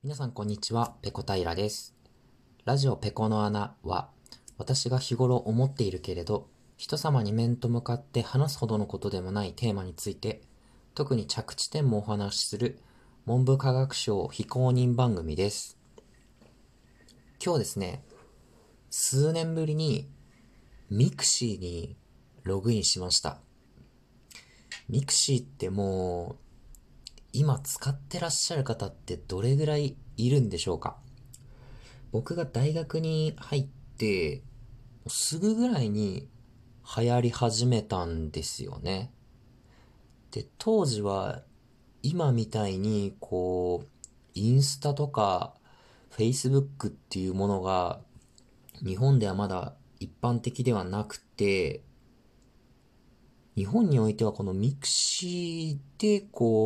皆さんこんにちは、ペコ平です。ラジオペコの穴は、私が日頃思っているけれど、人様に面と向かって話すほどのことでもないテーマについて、特に着地点もお話しする文部科学省非公認番組です。今日ですね、数年ぶりにミクシーにログインしました。ミクシーってもう、今使ってらっしゃる方ってどれぐらいいるんでしょうか？僕が大学に入ってすぐぐらいに流行り始めたんですよね。で、当時は今みたいにインスタとかフェイスブックっていうものが日本ではまだ一般的ではなくて、日本においてはこのミクシーで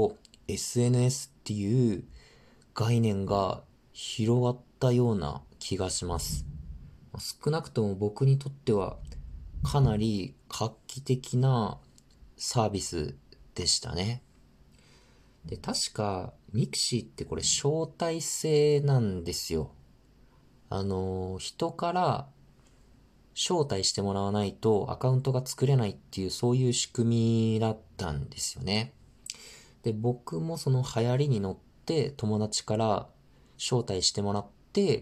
SNS っていう概念が広がったような気がします。少なくとも僕にとってはかなり画期的なサービスでしたね。で、確かミクシーってこれ招待制なんですよ。人から招待してもらわないとアカウントが作れないっていうそういう仕組みだったんですよね。で、僕もその流行りに乗って友達から招待してもらって、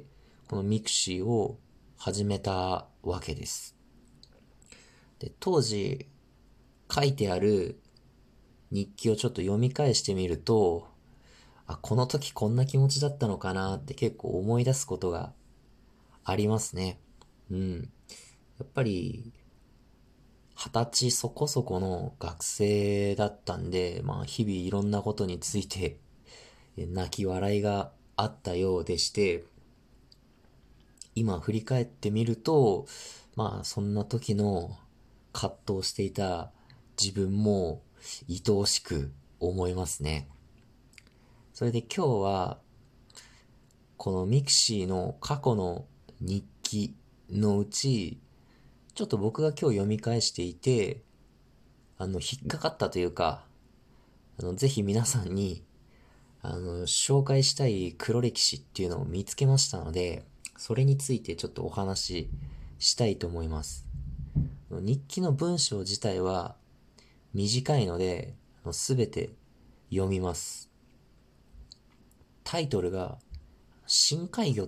このミクシーを始めたわけです。で、当時書いてある日記をちょっと読み返してみると、この時こんな気持ちだったのかなって結構思い出すことがありますね。うん。やっぱり、20歳そこそこの学生だったんで、日々いろんなことについて泣き笑いがあったようでして、今振り返ってみると、そんな時の葛藤していた自分も愛おしく思いますね。それで今日は、このミクシーの過去の日記のうち、ちょっと僕が今日読み返していて、引っかかったというか、ぜひ皆さんに、紹介したい黒歴史っていうのを見つけましたので、それについてちょっとお話ししたいと思います。日記の文章自体は短いので、すべて読みます。タイトルが、深海魚って、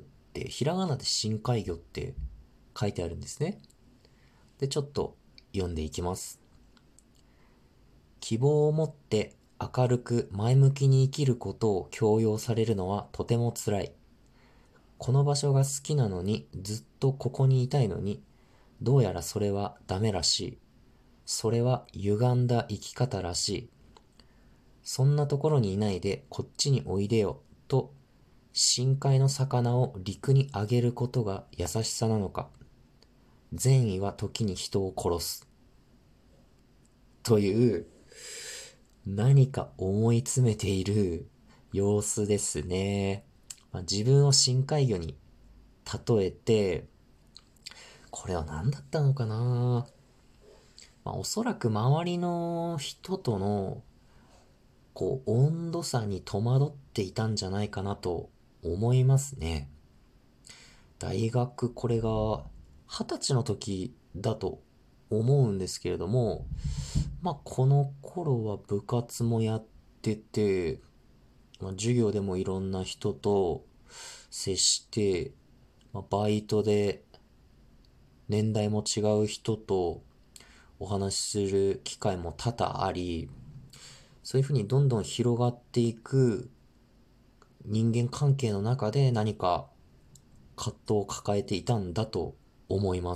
ひらがなで深海魚って書いてあるんですね。で、ちょっと読んでいきます。希望を持って明るく前向きに生きることを強要されるのはとても辛い。この場所が好きなのに、ずっとここにいたいのに、どうやらそれはダメらしい。それは歪んだ生き方らしい。そんなところにいないでこっちにおいでよ、と深海の魚を陸に上げることが優しさなのか。善意は時に人を殺す。という何か思い詰めている様子ですね。自分を深海魚に例えて、これは何だったのかな。おそらく周りの人との温度差に戸惑っていたんじゃないかなと思いますね。大学、これが20歳の時だと思うんですけれども、この頃は部活もやってて、授業でもいろんな人と接して、バイトで年代も違う人とお話しする機会も多々あり、そういうふうにどんどん広がっていく人間関係の中で何か葛藤を抱えていたんだと思います。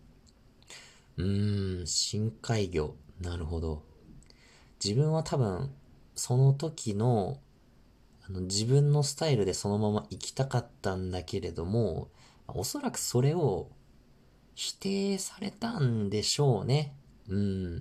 深海魚。なるほど。自分は多分、その時の、自分のスタイルでそのまま生きたかったんだけれども、おそらくそれを否定されたんでしょうね。うん。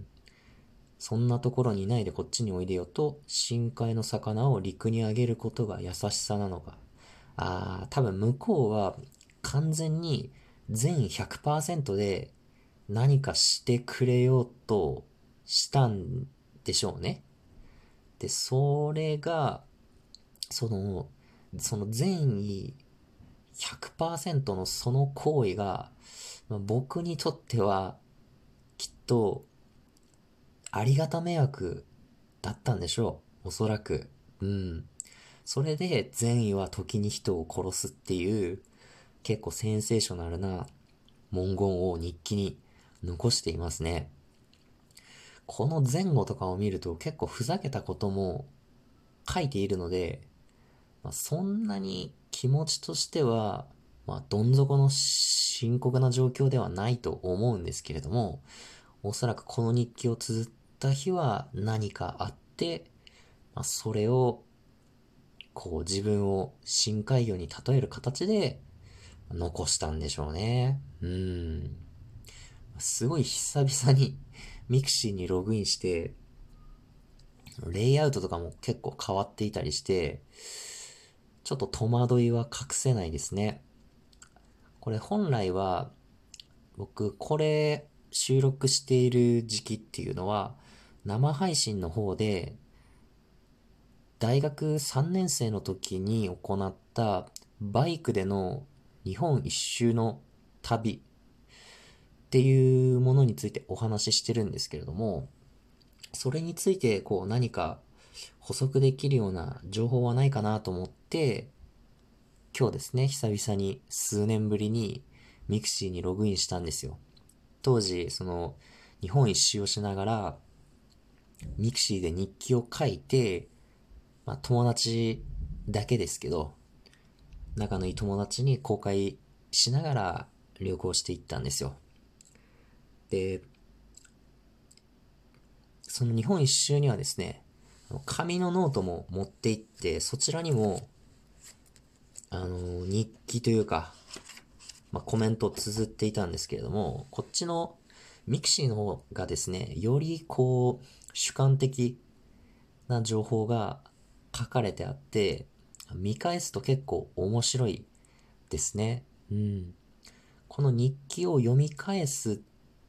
そんなところにいないでこっちにおいでよと、深海の魚を陸に上げることが優しさなのか。多分向こうは完全に全100%で何かしてくれようとしたんでしょうね。で、それが、その、 その善意100%のその行為が、僕にとってはきっとありがた迷惑だったんでしょう。おそらく。うん。それで善意は時に人を殺すっていう結構センセーショナルな文言を日記に残していますね。この前後とかを見ると結構ふざけたことも書いているので、そんなに気持ちとしては、どん底の深刻な状況ではないと思うんですけれども、おそらくこの日記を綴った日は何かあって、それを、こう自分を深海魚に例える形で残したんでしょうね。すごい久々にミクシーにログインして、レイアウトとかも結構変わっていたりして、ちょっと戸惑いは隠せないですね。これ本来は、僕これ収録している時期っていうのは、生配信の方で、大学3年生の時に行ったバイクでの日本一周の旅っていうものについてお話ししてるんですけれども、それについてこう何か補足できるような情報はないかなと思って、今日ですね、久々に数年ぶりにミクシーにログインしたんですよ。当時、その日本一周をしながらミクシーで日記を書いて、友達だけですけど、仲のいい友達に公開しながら旅行していったんですよ。で、その日本一周にはですね、紙のノートも持って行って、そちらにも、日記というか、コメントを綴っていたんですけれども、こっちのミクシーの方がですね、よりこう、主観的な情報が書かれてあって、見返すと結構面白いですね。この日記を読み返す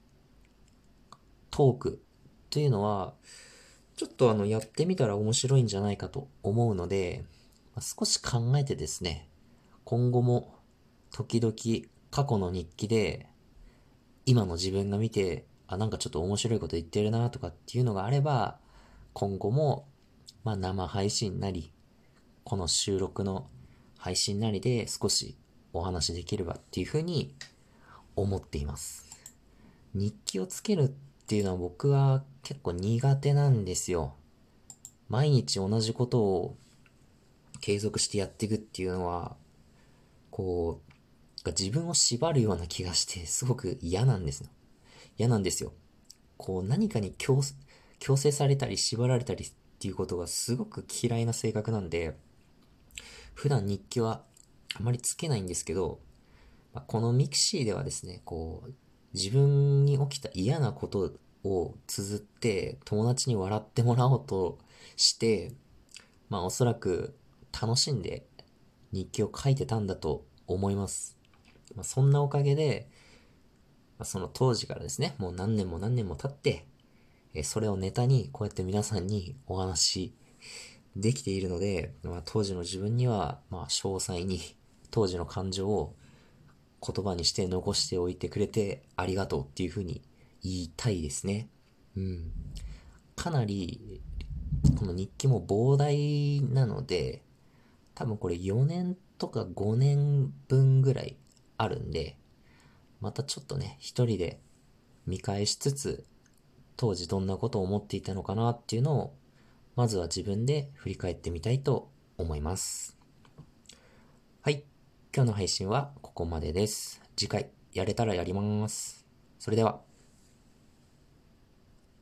トークというのは、ちょっとやってみたら面白いんじゃないかと思うので、少し考えてですね、今後も時々過去の日記で今の自分が見て、なんかちょっと面白いこと言ってるなとかっていうのがあれば、今後も、生配信なり、この収録の配信なりで少しお話できればっていうふうに思っています。日記をつけるっていうのは僕は結構苦手なんですよ。毎日同じことを継続してやっていくっていうのは、こ自分を縛るような気がして、すごく嫌なんですよ。嫌なんですよ。こう、何かに強制されたり縛られたりっていうことがすごく嫌いな性格なんで、普段日記はあまりつけないんですけど、このミクシーではですね、こう、自分に起きた嫌なことを綴って友達に笑ってもらおうとして、おそらく楽しんで日記を書いてたんだと思います。そんなおかげで、その当時からですね、もう何年も何年も経って、それをネタにこうやって皆さんにお話できているので、当時の自分には、詳細に当時の感情を言葉にして残しておいてくれてありがとうっていうふうに言いたいですね。かなり、この日記も膨大なので、多分これ4年とか5年分ぐらいあるんで、またちょっとね、一人で見返しつつ、当時どんなことを思っていたのかなっていうのを、まずは自分で振り返ってみたいと思います。はい。今日の配信はここまでです。次回やれたらやります。それでは。